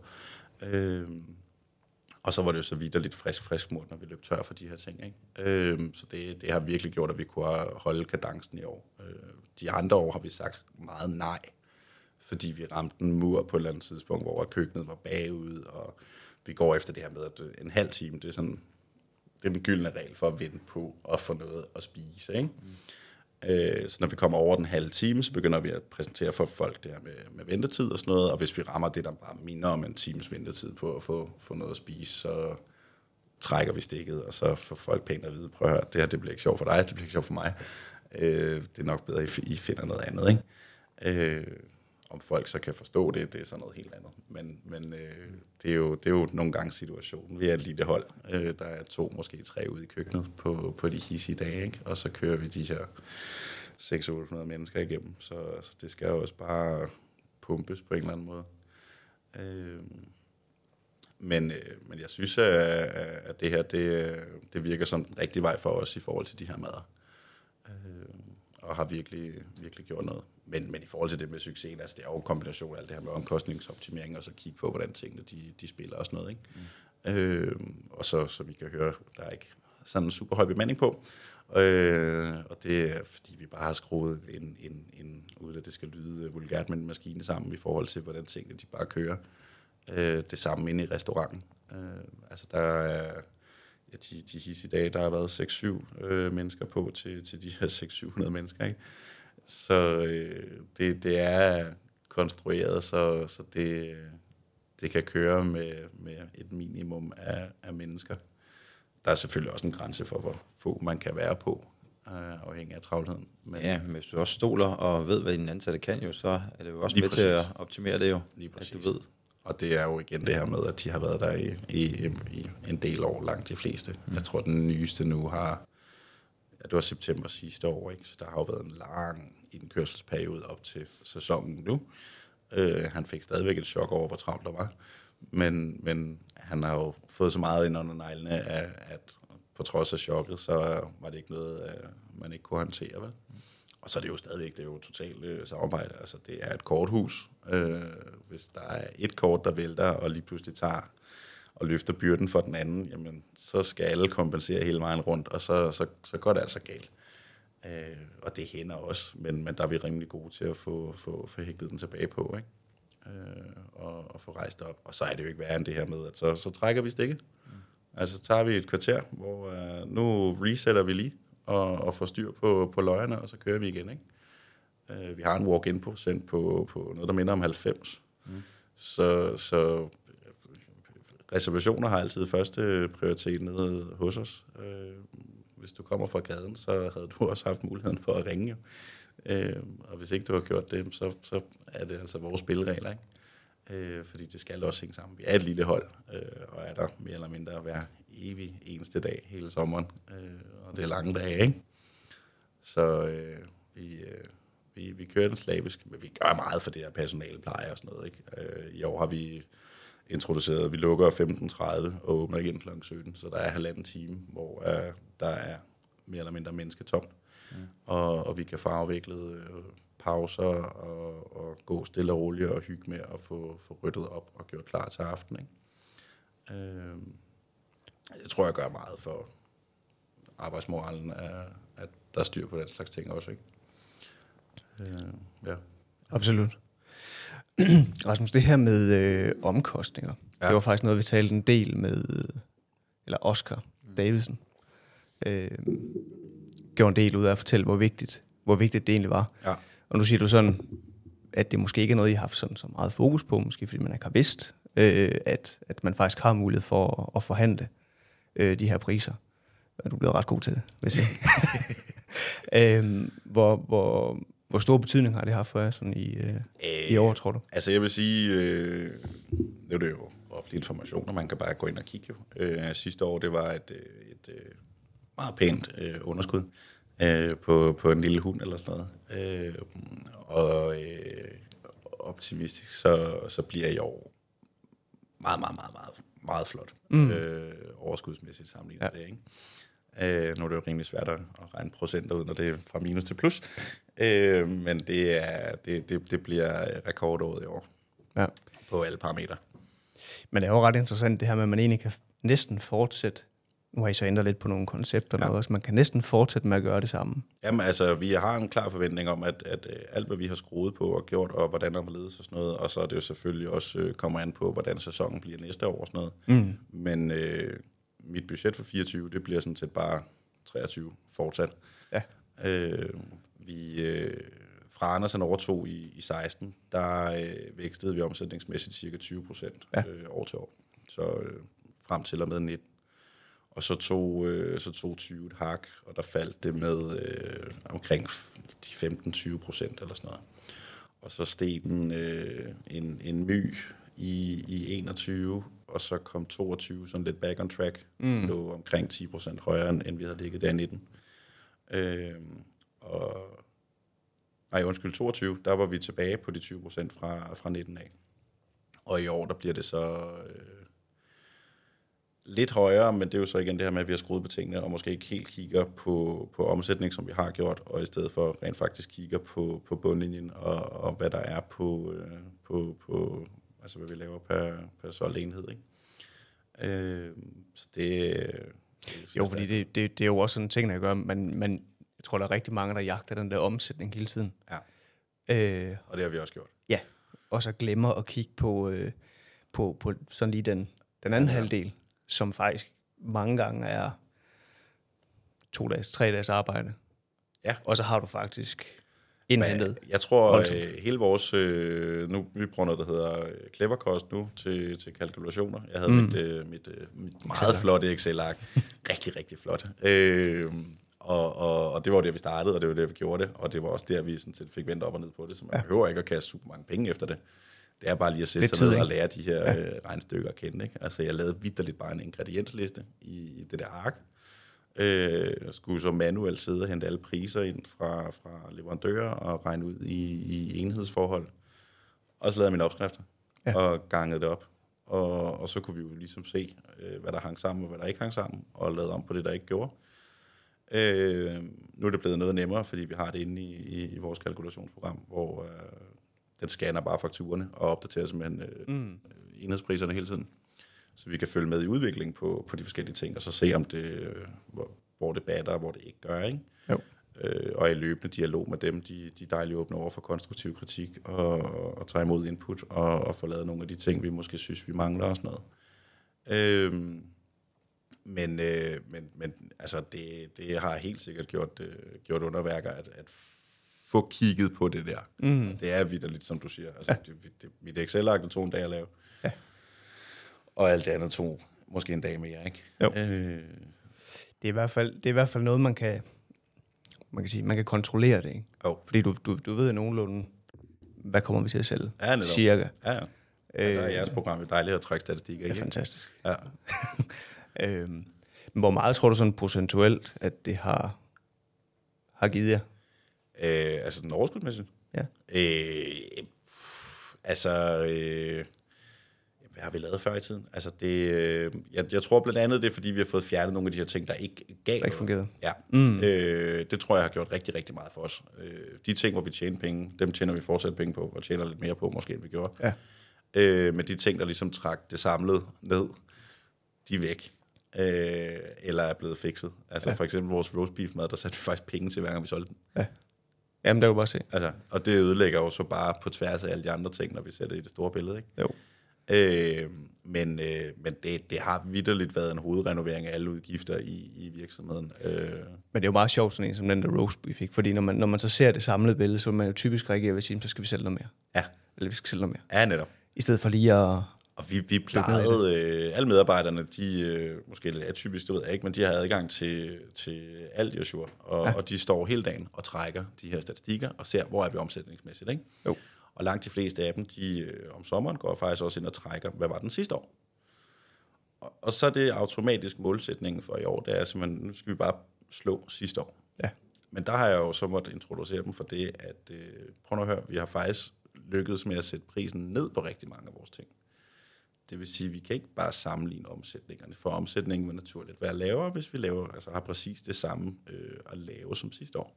Og så var det jo så videre lidt frisk smurt, når vi løb tør for de her ting, ikke? Så det har virkelig gjort, at vi kunne holde kadencen i år. De andre år har vi sagt meget nej, fordi vi ramte en mur på et eller andet tidspunkt, hvor køkkenet var bagud, og vi går efter det her med, at en halv time, det er den gyldne regel for at vente på at få noget at spise, ikke? Så når vi kommer over den halve time, så begynder vi at præsentere for folk det her med ventetid og sådan noget, og hvis vi rammer det, der bare minder om en times ventetid på at få noget at spise, så trækker vi stikket, og så får folk pænt at vide, prøv at høre, det her, det bliver ikke sjovt for dig, det bliver ikke sjovt for mig. Det er nok bedre, I finder noget andet, ikke? Om folk så kan forstå det er så noget helt andet. Men det er jo nogle gange situationen. Vi er et lille hold. Der er 2, måske 3 ude i køkkenet på de hissige dage, ikke? Og så kører vi de her 600-800 mennesker igennem. Så det skal jo også bare pumpes på en eller anden måde. Men jeg synes, at det her, det virker som den rigtige vej for os i forhold til de her mader. Og har virkelig, virkelig gjort noget. Men i forhold til det med succesen, altså det er jo en kombination af alt det her med omkostningsoptimering, og så kigge på, hvordan tingene de spiller og sådan noget, ikke? Og så vi kan høre, der er ikke sådan en super høj bemanding på. Og det er, fordi vi bare har skruet en uden at det skal lyde vulgært, men en maskine sammen i forhold til, hvordan tingene de bare kører. Det samme inde i restauranten. Altså der er de hissige dage, der har været 6-7 mennesker på til de her 600-700 mennesker, ikke? Så det er konstrueret, så det kan køre med et minimum af mennesker. Der er selvfølgelig også en grænse for, hvor få man kan være på. afhængig af travlheden. Men, ja, men hvis du også stoler og ved, hvad din ansatte kan jo, så er det jo også med præcis. til at optimere det jo, lige præcis. at du ved. Og det er jo igen det her med, at de har været der i en del år, langt de fleste. Jeg tror, den nyeste nu det var september sidste år, ikke? Så der har jo været en lang indkørselsperiode op til sæsonen nu. Han fik stadigvæk et chok over, hvor travlt der var. Men han har jo fået så meget ind under neglene, at på trods af chokket, så var det ikke noget, man ikke kunne håndtere, vel? Og så er det jo stadigvæk, det er jo totalt samarbejde. Altså, det er et korthus. Hvis der er et kort, der vælter, og lige pludselig tager og løfter byrden for den anden, jamen, så skal alle kompensere hele vejen rundt, og så går det altså galt. Og det hænder også, men der er vi rimelig gode til at få hægtet den tilbage på, ikke? Og få rejst op. Og så er det jo ikke værre end det her med, at så trækker vi stikket. Altså, så tager vi et kvarter, hvor nu resetter vi lige, og får styr på løjerne, og så kører vi igen, ikke? Vi har en walk-in-procent på noget, der minder om 90. Så reservationer har altid første prioritet nede hos os. Hvis du kommer fra gaden, så havde du også haft muligheden for at ringe. Og hvis ikke du har gjort det, så er det altså vores spilleregler, ikke? Fordi det skal også hænge sammen. Vi er et lille hold, og er der mere eller mindre hver evig eneste dag hele sommeren. Og det er lange dage, ikke? Så vi kører den slavisk, men vi gør meget for det her personalepleje og sådan noget, ikke? I år har vi introduceret, vi lukker 15:30 og åbner igen kl. 17, så der er 1,5 time, hvor der er mere eller mindre mennesketomt. Og vi kan få afviklet pauser og gå stille og roligt og hygge med at få ryddet op og gjort klar til aften, ikke? Jeg tror, jeg gør meget for arbejdsmoralen, at der er styr på den slags ting også, ikke? Ja. Absolut. Rasmus, det her med omkostninger, det var faktisk noget, vi talte en del med, eller Oscar Davidsen, gjorde en del ud af at fortælle, hvor vigtigt det egentlig var. Ja. Og nu siger du sådan, at det måske ikke er noget, I har haft sådan så meget fokus på, måske fordi man ikke har vidst, at man faktisk har mulighed for at forhandle de her priser. Og du er blevet ret god til det, vil jeg sige. Hvor stor betydning har det haft for jer sådan i år, tror du? Altså jeg vil sige, nu er det jo offentlig information, og man kan bare gå ind og kigge jo. Sidste år, det var et meget pænt underskud på en lille hund eller sådan noget. Og optimistisk, så bliver i år meget, meget, meget, meget, meget flot. Overskudsmæssigt sammenlignet med det, ikke? Nu er det jo rimelig svært at regne procenter ud, når det er fra minus til plus. Men det bliver rekordåret i år. Ja. På alle parametre. Men det er jo ret interessant det her med, at man egentlig kan næsten fortsætte. Nu har I så ændret lidt på nogle koncepter, ja. Også. Man kan næsten fortsætte med at gøre det samme. Jamen altså, vi har en klar forventning om, at alt, hvad vi har skruet på og gjort, og hvordan der var ledes og sådan noget, og så er det jo selvfølgelig også kommer an på, hvordan sæsonen bliver næste år og sådan noget. Men mit budget for 24, det bliver sådan set bare 23 fortsat. Ja. Fra Andersen overtog i 16, der vækstede vi omsætningsmæssigt cirka 20% år til år. Så frem til og med 19. Og så tog 20 et hak, og der faldt det med omkring de 15-20% eller sådan noget. Og så steg den en my i 21, og så kom 22 sådan lidt back on track, lå omkring 10% højere, end vi havde ligget der i 19. 22, der var vi tilbage på de 20% fra 19 af. Og i år, der bliver det så lidt højere, men det er jo så igen det her med, at vi har skruet på tingene, og måske ikke helt kigger på omsætning, som vi har gjort, og i stedet for rent faktisk kigger på bundlinjen, og hvad der er på altså hvad vi laver per solgt enhed, ikke? Så det jo, fordi det er jo også sådan en ting, der gør, men jeg tror, der er rigtig mange, der jagter den der omsætning hele tiden. Ja. Og det har vi også gjort. Ja, og så glemmer at kigge på sådan lige den anden halvdel, som faktisk mange gange er 2 dages, 3 dages arbejde. Ja. Og så har du faktisk indhentet. Jeg tror, hele vores... nu vi bruger noget, der hedder Clevercost nu til kalkulationer. Jeg havde mit meget flotte Excel-ark. Rigtig, rigtig flot. Og det var der, vi startede, og det var der, vi gjorde det. Og det var også der, vi sådan set fik vendt op og ned på det. Så man behøver ikke at kaste super mange penge efter det. Det er bare lige at sætte sig ned og lære de her regnestykker at kende. Ikke? Altså, jeg lavede vitterligt bare en ingrediensliste i det der ark. Jeg skulle så manuelt sidde og hente alle priser ind fra leverandører og regne ud i enhedsforhold. Og så lavede jeg mine opskrifter og gangede det op. Og så kunne vi jo ligesom se, hvad der hang sammen og hvad der ikke hang sammen, og lavede om på det, der ikke gjorde. Nu er det blevet noget nemmere, fordi vi har det inde i vores kalkulationsprogram, hvor den scanner bare fakturerne og opdaterer simpelthen enhedspriserne hele tiden. Så vi kan følge med i udviklingen på de forskellige ting, og så se, om det, hvor det batter og hvor det ikke gør, ikke? Jo. Og i løbende dialog med dem, de er dejligt åbne over for konstruktiv kritik, og tager imod input, og får lavet nogle af de ting, vi måske synes, vi mangler og sådan noget. Men altså, det har helt sikkert gjort underværker, at få kigget på det der. Det er vitterligt, som du siger. Altså, mit Excel-ark tog en dag at lave. Ja. Og alt det andet tog måske en dag mere, ikke? Jo. Det er i hvert fald noget, man kan sige, man kan kontrollere det, ikke? Jo. Fordi du ved nogenlunde, hvad kommer vi til at sælge? Ja, netop. Cirka. Ja. Der er jeres program jo dejligt at trække statistikker i. Det er fantastisk. Ja. Men hvor meget tror du sådan procentuelt, at det har givet jer? Altså den overskudsmæssigt? Ja. Hvad har vi lavet før i tiden? Altså jeg tror blandt andet, det er fordi, vi har fået fjernet nogle af de her ting, der ikke gav der ikke fungerede. Ja. Det tror jeg har gjort rigtig, rigtig meget for os. De ting, hvor vi tjener penge, dem tjener vi fortsat penge på, og tjener lidt mere på, måske end vi gjorde. Ja. Men de ting, der ligesom trak det samlet ned, de er væk. Eller er blevet fikset. Altså for eksempel vores roast beef mad, der satte vi faktisk penge til, hver gang vi solgte den. Ja. Jamen, der kan du bare se. Altså, og det ødelægger jo så bare på tværs af alle de andre ting, når vi sætter i det store billede, ikke? Jo. Men det har vitterligt været en hovedrenovering af alle udgifter i virksomheden. Men det er jo meget sjovt, sådan en som den der roast beef, ikke? Fordi når man så ser det samlede billede, så vil man jo typisk reagere ved at sige, så skal vi sælge noget mere. Ja. Eller vi skal sælge noget mere. Ja, netop. I stedet for lige at... Og vi plejede, alle medarbejderne, de, måske lidt atypisk, det ved jeg ikke, men de har adgang til alt i Azure, og de står hele dagen og trækker de her statistikker, og ser, hvor er vi omsætningsmæssigt, ikke? Jo. Og langt de fleste af dem, de om sommeren går faktisk også ind og trækker, hvad var den sidste år? Og så er det automatisk målsætningen for i år, det er simpelthen, nu skal vi bare slå sidste år. Ja. Men der har jeg jo så måttet introducere dem for det, at prøv nu at høre, vi har faktisk lykkedes med at sætte prisen ned på rigtig mange af vores ting. Det vil sige, at vi kan ikke bare sammenligne omsætningerne, for omsætningen vil naturligt være lavere, hvis vi har præcis det samme at lave som sidste år.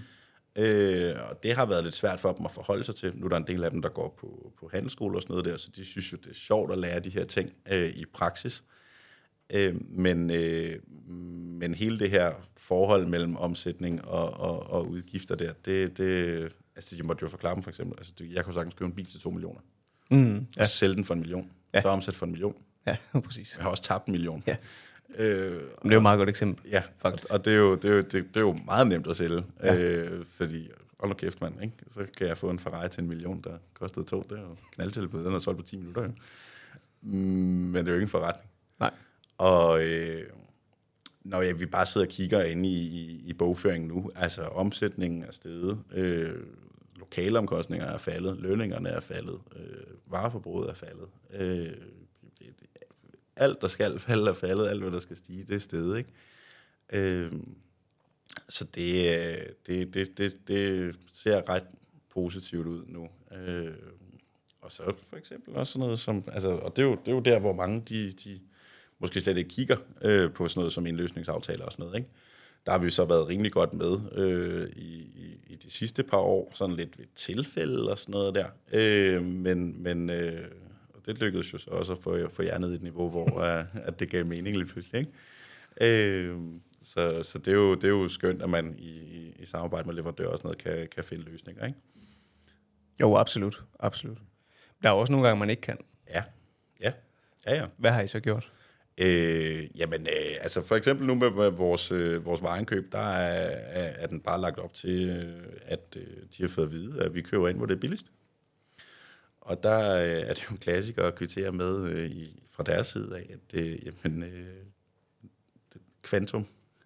Og det har været lidt svært for dem at forholde sig til. Nu er der en del af dem, der går på handelsskole og sådan noget der, så de synes jo, det er sjovt at lære de her ting i praksis. Men hele det her forhold mellem omsætning og udgifter der, altså de måtte jo forklare dem for eksempel. Altså, jeg kunne sagtens købe en bil til 2 millioner. Og sælge den for 1 million. Ja. Så omsætte for 1 million. Ja, præcis. Jeg har også tabt 1 million. Ja. Men det er jo et meget godt eksempel. Ja, faktisk. Og det er jo meget nemt at sælge. Fordi, hold nu kæft mand, ikke? Så kan jeg få en Ferrari til 1 million, der kostede 2. Det er jo knaldtilbud. Den er solgt på 10 minutter. Jo. Men det er jo ikke en forretning. Nej. Og når vi bare sidder og kigger inde i bogføringen nu, altså omsætningen er steget, lokale omkostninger er faldet, lønningerne er faldet, vareforbruget er faldet. Alt, der skal falde, er faldet. Alt, hvad der skal stige, det er steget, ikke? Så det ser ret positivt ud nu. Og så for eksempel også sådan noget som... Altså, og det er jo der, hvor mange de måske slet ikke kigger på sådan noget som indløsningsaftaler og sådan noget, ikke? Der har vi så været rimelig godt med i de sidste par år, sådan lidt ved tilfælde og sådan noget der. Men det lykkedes jo så også at få jer ned i et niveau, hvor at det gav mening lige pludselig, ikke? Så det er jo skønt, at man i samarbejde med leverandører og sådan noget kan finde løsninger, ikke? Jo, absolut. Absolut. Der er også nogle gange, man ikke kan. Ja. Hvad har I så gjort? Altså for eksempel nu med vores vareindkøb, der er den bare lagt op til, at de har fået at vide, at vi køber ind, hvor det er billigst. Og der er det jo en klassiker at kvittere med fra deres side af, at Kvantum,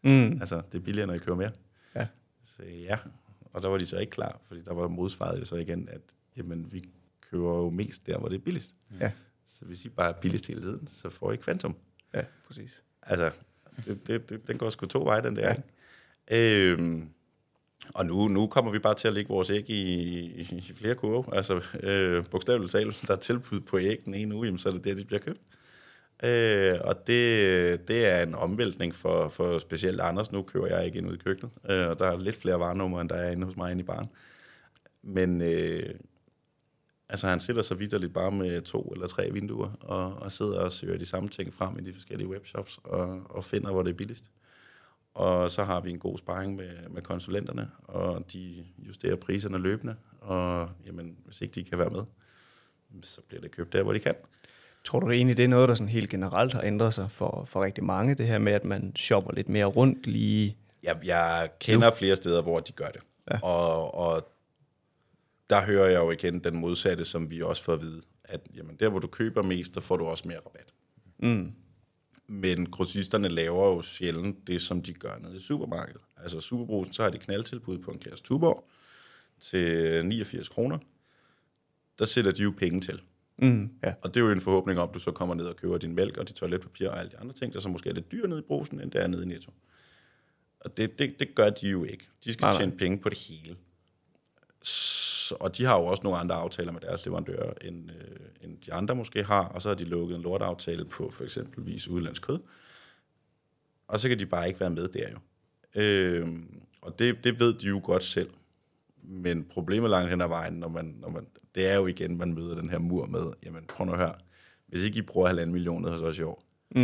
Altså, det er billigere, når I køber mere. Ja. Så ja, og der var de så ikke klar, fordi der var modsvaret jo så igen, at jamen, vi køber jo mest der, hvor det er billigst. Ja. Så hvis I bare er billigst hele tiden, så får I Kvantum. Ja, præcis. Altså, den går sgu 2 veje, den der. Ja. Og nu kommer vi bare til at lægge vores æg i flere kurve. Altså, bogstaveligt talt, der er tilbud på æg den ene uge, jamen, så er det der, de bliver købt. Og det er en omvæltning for specielt Anders. Nu køber jeg ikke ind ud i køkkenet, og der er lidt flere varenumre, end der er inde hos mig inde i baren. Men altså, han sidder så vitterligt bare med 2 eller 3 vinduer, og sidder og søger de samme ting frem i de forskellige webshops, og finder, hvor det er billigst. Og så har vi en god sparring med konsulenterne, og de justerer priserne løbende, og jamen, hvis ikke de kan være med, så bliver det købt der, hvor de kan. Tror du egentlig, det er noget, der sådan helt generelt har ændret sig for rigtig mange, det her med, at man shopper lidt mere rundt lige? Jeg kender flere steder, hvor de gør det. Ja. Og der hører jeg jo igen den modsatte, som vi også får at vide, at jamen, der, hvor du køber mest, der får du også mere rabat. Men grossisterne laver jo sjældent det, som de gør nede i supermarkedet. Altså Superbrugsen, så har de knaldtilbud på en kasse Tuborg til 89 kroner. Der sætter de jo penge til. Ja. Og det er jo en forhåbning om, at du så kommer ned og køber din mælk og dit toiletpapir og alle de andre ting, der så måske er lidt dyre nede i Brugsen, end det er nede i Netto. Og det gør de jo ikke. De skal tjene penge på det hele. Og de har jo også nogle andre aftaler med deres leverandører, end de andre måske har, og så har de lukket en lortaftale på for eksempelvis udenlandsk kød. Og så kan de bare ikke være med der jo. Og det ved de jo godt selv. Men problemet langt hen ad vejen, når man, det er jo igen, man møder den her mur med, jamen prøv nu at høre, hvis ikke I bruger 1,5 million hos os i år,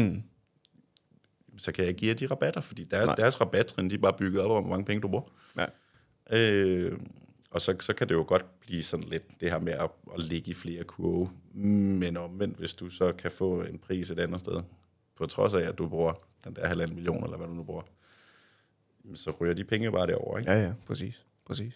så kan jeg give jer de rabatter, fordi deres rabattrin, de er bare bygget op over, hvor mange penge du bruger. Ja. Og så kan det jo godt blive sådan lidt det her med at ligge i flere kurve. Men omvendt, hvis du så kan få en pris et andet sted, på trods af, at du bruger den der 1,5 million, eller hvad du nu bruger, så ryger de penge bare derover, ikke? Ja, præcis.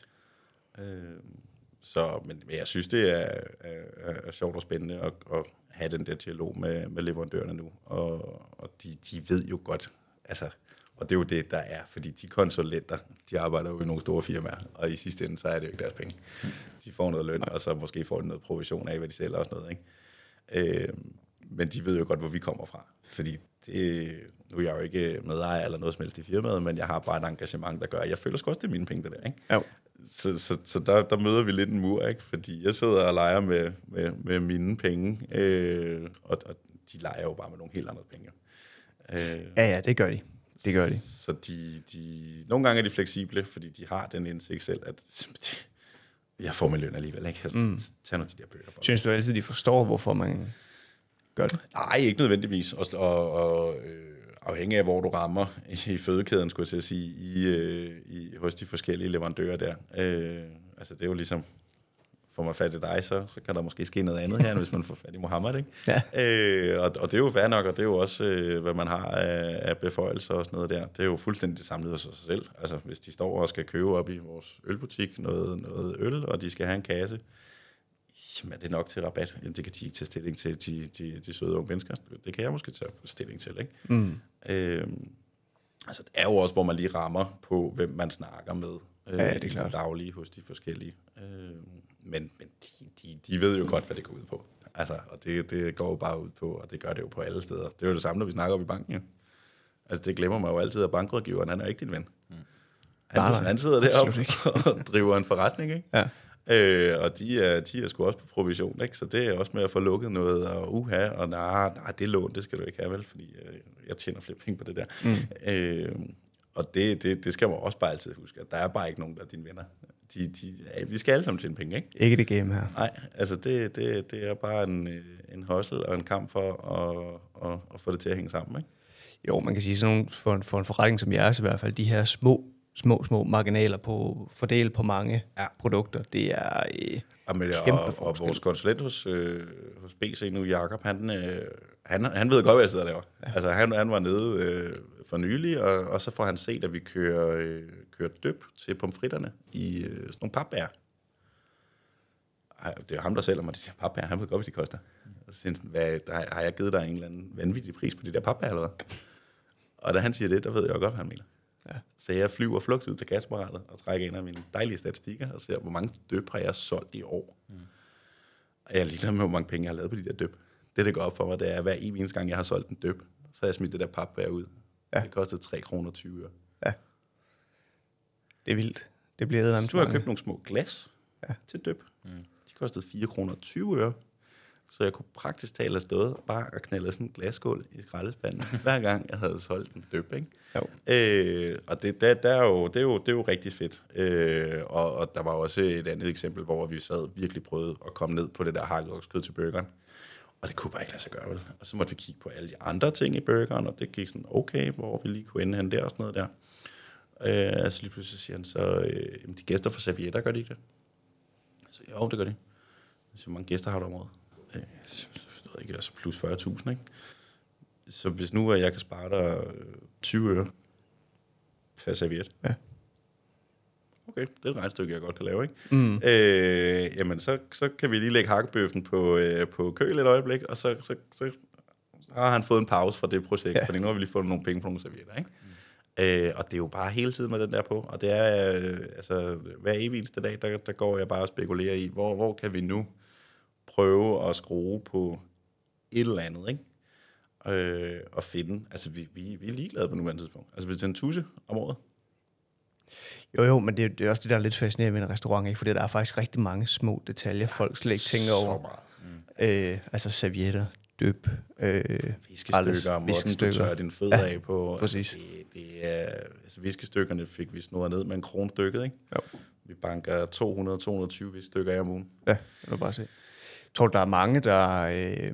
Men jeg synes, det er sjovt og spændende at have den der dialog med leverandørerne nu. Og de ved jo godt, altså, og det er jo det, der er, fordi de konsulenter, de arbejder jo i nogle store firmaer, og i sidste ende, så er det jo ikke deres penge. De får noget løn, og så måske får de noget provision af, hvad de sælger og sådan noget, ikke? Men de ved jo godt, hvor vi kommer fra, fordi nu er jeg jo ikke medejer eller noget som helst i firmaet, men jeg har bare et engagement, der gør, at jeg føler sgu også, det er mine penge, det der, ikke? Ja. Så der møder vi lidt en mur, ikke? Fordi jeg sidder og leger med mine penge, og de leger jo bare med nogle helt andre penge. Ja, det gør de. Det gør de. Så nogle gange er de fleksible, fordi de har den indsigt selv, at jeg får min løn alligevel, ikke? Altså, tag nu de der bøger. Synes du altid, de forstår, hvorfor man gør det? Nej, ikke nødvendigvis. Og afhængig af, hvor du rammer i fødekæden, skulle jeg til at sige, hos de forskellige leverandører der. Altså, det er jo ligesom, får man fat i dig, så kan der måske ske noget andet her, end hvis man får fat i Mohammed, ikke? Ja. Og det er jo fair nok, og det er jo også, hvad man har af beføjelser og sådan noget der. Det er jo fuldstændig samlet af sig selv. Altså, hvis de står og skal købe op i vores ølbutik noget øl, og de skal have en kasse, jamen, er det nok til rabat? Jamen, det kan de ikke tage stilling til, de søde unge mennesker. Det kan jeg måske tage stilling til, ikke? Altså, det er jo også, hvor man lige rammer på, hvem man snakker med. Ja, det er klart. Daglige hos de forskellige. Men de ved jo godt, hvad det går ud på. Altså, og det går jo bare ud på, og det gør det jo på alle steder. Det er jo det samme, når vi snakker op i banken, jo. Altså, det glemmer man jo altid, at bankrådgiveren, han er ikke din ven. Han sidder deroppe og driver en forretning, ikke? Ja. Og de er sgu også på provision, ikke? Så det er også med at få lukket noget, og og nej, det lån, det skal du ikke have, vel? Fordi jeg tjener flere penge på det der. Og det skal man også bare altid huske, at der er bare ikke nogen, der er dine venner. Vi skal alle sammen tjene penge, ikke? Ikke det game her. Nej, altså det er bare en hustle og en kamp for at få det til at hænge sammen, ikke? Jo, man kan sige sådan nogle, for en forretning som jeres i hvert fald, de her små marginaler på fordelt på mange produkter, det er kæmpe forskel. Og vores konsulent hos BC nu, Jakob, han ved godt, hvad jeg sidder og laver. Ja. Altså, han var nede for nylig, og så får han set, at vi kører dyb til pomfritterne i sådan nogle papbær. Det er ham, der sælger mig de der papbær. Han ved godt, hvad de koster. Og så siger han, har jeg givet dig en eller anden vanvittig pris på de der papbær, eller hvad? Og da han siger det, der ved jeg jo godt, hvad han mener. Ja. Så jeg flyver flugt ud til kasseapparatet og trækker en af mine dejlige statistikker og ser, hvor mange døb har jeg solgt i år. Og jeg er ligeglad med, hvor mange penge jeg har lavet på de der døb. Det går op for mig, det er, hver eneste gang, jeg har solgt en døb, så har jeg smidt det der papbær ud. Ja. Det kostede 3,20 kroner. Ja. Det er vildt. Det bliver eddermame. Så har jeg købt nogle små glas til døb. De kostede 4,20 kroner. Så jeg kunne praktisk tale have stået bare og knaldet sådan en glasskål i skraldespanden, hver gang jeg havde solgt en døb, ikke? Og det er jo rigtig fedt. Og der var også et andet eksempel, hvor vi sad virkelig prøvede at komme ned på det der hakkedogskød til burgeren. Og det kunne bare ikke lade sig gøre, vel? Og så måtte vi kigge på alle de andre ting i burgeren, og det gik sådan, okay, hvor vi lige kunne ende hen der og sådan noget der. Så lige pludselig siger han så, de gæster får servietter, gør de ikke det? Så jo, det gør de. Så hvor mange gæster har du området? Jeg ved ikke, altså plus 40.000, ikke? Så hvis nu jeg kan spare dig 20 øre per serviet. Ja. Okay, det er et regnestykke, jeg godt kan lave, ikke? Jamen, så kan vi lige lægge hakkebøffen på køl et øjeblik, og så har han fået en pause fra det projekt, fordi nu har vi lige fået nogle penge på nogle servietter, ikke? Og det er jo bare hele tiden med den der på, og det er, altså, hver evig eneste dag, der går jeg bare og spekulerer i, hvor kan vi nu prøve at skrue på et eller andet, ikke? Og finde, altså vi er ligeglade på nuværende tidspunkt. Altså hvis det er en tusse om året. Jo, men det er også det, der er lidt fascinerende med en restaurant, ikke? Fordi der er faktisk rigtig mange små detaljer, folk slet ikke tænker over. Altså servietter, døb, viskestykker, måden du tørrer dine fødder af på. Præcis. Det er, altså viskestykkerne fik vi snurret ned med en kronstykket, ikke? Jo. Vi banker 200-220 viskestykker af om ugen. Ja, det må bare se. Jeg tror, der er mange, der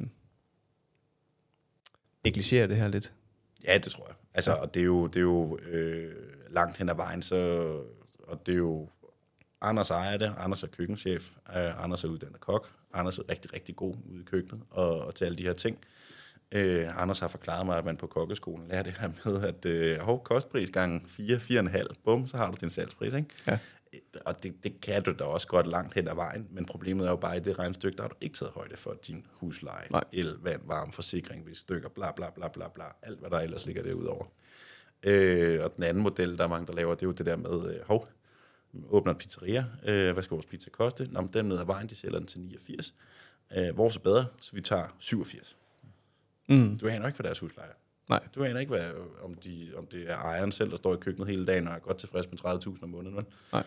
negligerer det her lidt. Ja, det tror jeg. Altså, og det er jo langt hen ad vejen, og det er jo, Anders ejer det, Anders er køkkenchef, Anders er uddannet kok, Anders er rigtig, rigtig god ude i køkkenet, og til alle de her ting. Anders har forklaret mig, at man på kokkeskolen lærer det her med, at kostpris gange 4,5, bum, så har du din salgspris, ikke? Ja. Og det kan du da også godt langt hen ad vejen, men problemet er jo bare, i det regnestykke, der har du ikke taget højde for din husleje, el, vand, varme, forsikring, stykker, bla bla bla bla bla, alt hvad der ellers ligger derudover. Og den anden model, der er mange, der laver, det er jo det der med, åbner en pizzeria, hvad skal vores pizza koste? Nå, men den ned ad vejen, de sælger den til 89. Hvor så bedre, så vi tager 87. Du aner ikke, hvad deres husleje er. Nej. Du aner ikke, om det er ejeren selv, der står i køkkenet hele dagen og er godt tilfreds med 30.000 om måneden. Men. Nej.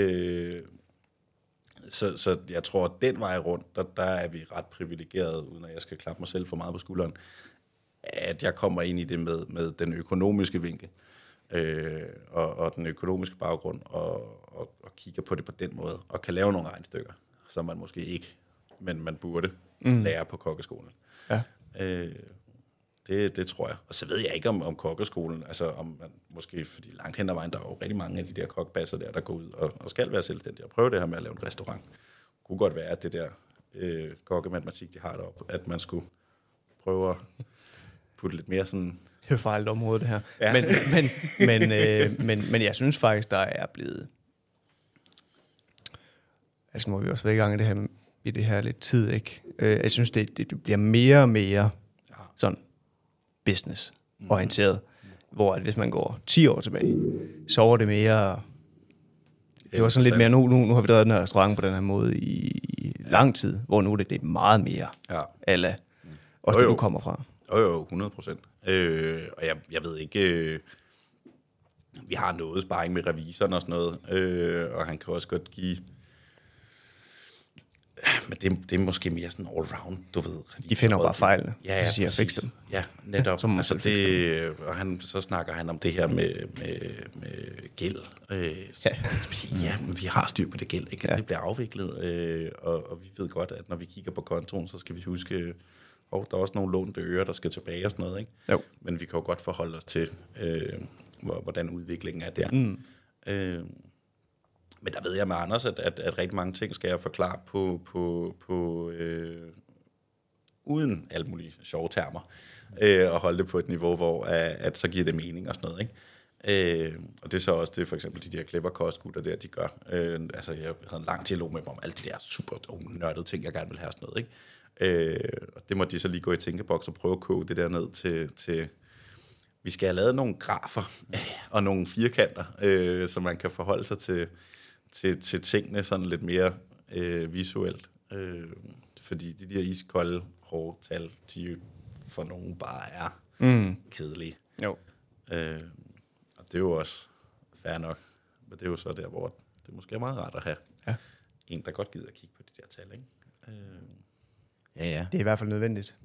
Så jeg tror, at den vej rundt, der er vi ret privilegerede, uden at jeg skal klappe mig selv for meget på skulderen, at jeg kommer ind i det med den økonomiske vinkel og den økonomiske baggrund og kigger på det på den måde, og kan lave nogle regnstykker, som man måske ikke, men man burde lære på kokkeskolen. Ja. Det tror jeg. Og så ved jeg ikke om kokkeskolen, altså om man måske, fordi langt hen ad vejen, der er jo rigtig mange af de der kokbasser der går ud og skal være selvstændige og prøve det her med at lave en restaurant. Det kunne godt være, at det der kokkematematik, de har deroppe, at man skulle prøve at putte lidt mere sådan... Det er jo fejlet område, det her. Ja. Men jeg synes faktisk, der er blevet... Altså nu har vi også været i gang i det her lidt tid, ikke? Jeg synes, det bliver mere og mere sådan business-orienteret. Hvor at hvis man går 10 år tilbage, så var det mere... Det var sådan lidt mere, nu har vi drevet den her restaurant på den her måde i lang tid, hvor nu det er meget mere ala. Også det, du kommer fra. Jo, 100%. Og jeg ved ikke... vi har noget sparring med revisoren og sådan noget, og han kan også godt give... Men det er måske mere sådan all-round, du ved. De finder jo bare fejlene. Ja, de siger, fix dem. Ja, netop. Altså det, og så snakker han om det her med gæld. Ja, men vi har styr på det gæld, ikke? Ja. Det bliver afviklet, og vi ved godt, at når vi kigger på kontoen, så skal vi huske, der er også nogle lånte øre, der skal tilbage og sådan noget, ikke? Jo. Men vi kan jo godt forholde os til, hvordan udviklingen er der. Men der ved jeg med Anders, at rigtig mange ting skal jeg forklare på uden alle mulige sjove termer, og holde det på et niveau, hvor at så giver det mening og sådan noget, ikke? Og det er så også det, for eksempel de der Clever Kostgutter der, de gør. Altså, jeg havde en lang dialog med dem om alle de der super nørdede ting, jeg gerne vil have sådan noget, ikke? Og det må de så lige gå i tænkeboks og prøve at koge det der ned til vi skal have lavet nogle grafer og nogle firkanter, så man kan forholde sig til tingene sådan lidt mere visuelt. Fordi de der iskolde, hårde tal, de for nogen bare er kedelige. Jo. Og det er jo også fair nok. Men det er jo så der, hvor det måske er meget rart at have en, der godt gider at kigge på de der tal, ikke? Ja. Det er i hvert fald nødvendigt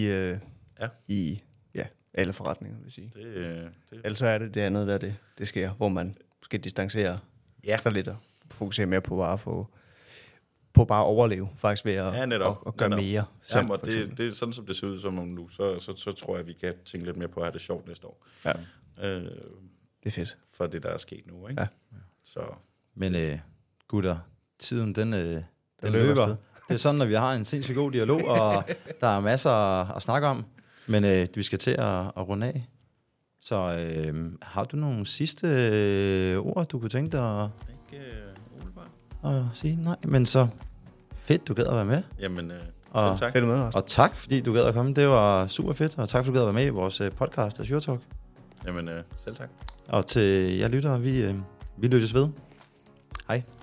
i alle forretninger, vil jeg sige. Ellers er det andet, der det sker, hvor man måske distancerer sig lidt og fokuserer mere på bare at overleve, faktisk ved at gøre mere selv. Jamen, det er sådan, som det ser ud som om nu, så tror jeg, vi kan tænke lidt mere på at have det sjovt næste år. Ja. Det er fedt. For det, der er sket nu, ikke? Ja. Så. Men gutter, tiden den løber. Det er sådan, når vi har en sindssygt god dialog, og der er masser at snakke om, men vi skal til at runde af. Så har du nogle sidste ord, du kunne tænke dig at sige? Nej, men så fedt, du gad at være med. Jamen, tak. Fedt med, og tak, fordi du gad at komme. Det var super fedt, og tak, fordi du gad at være med i vores podcast, Azure Talk. Jamen, selv tak. Og til jer lyttere, vi lyttes ved. Hej.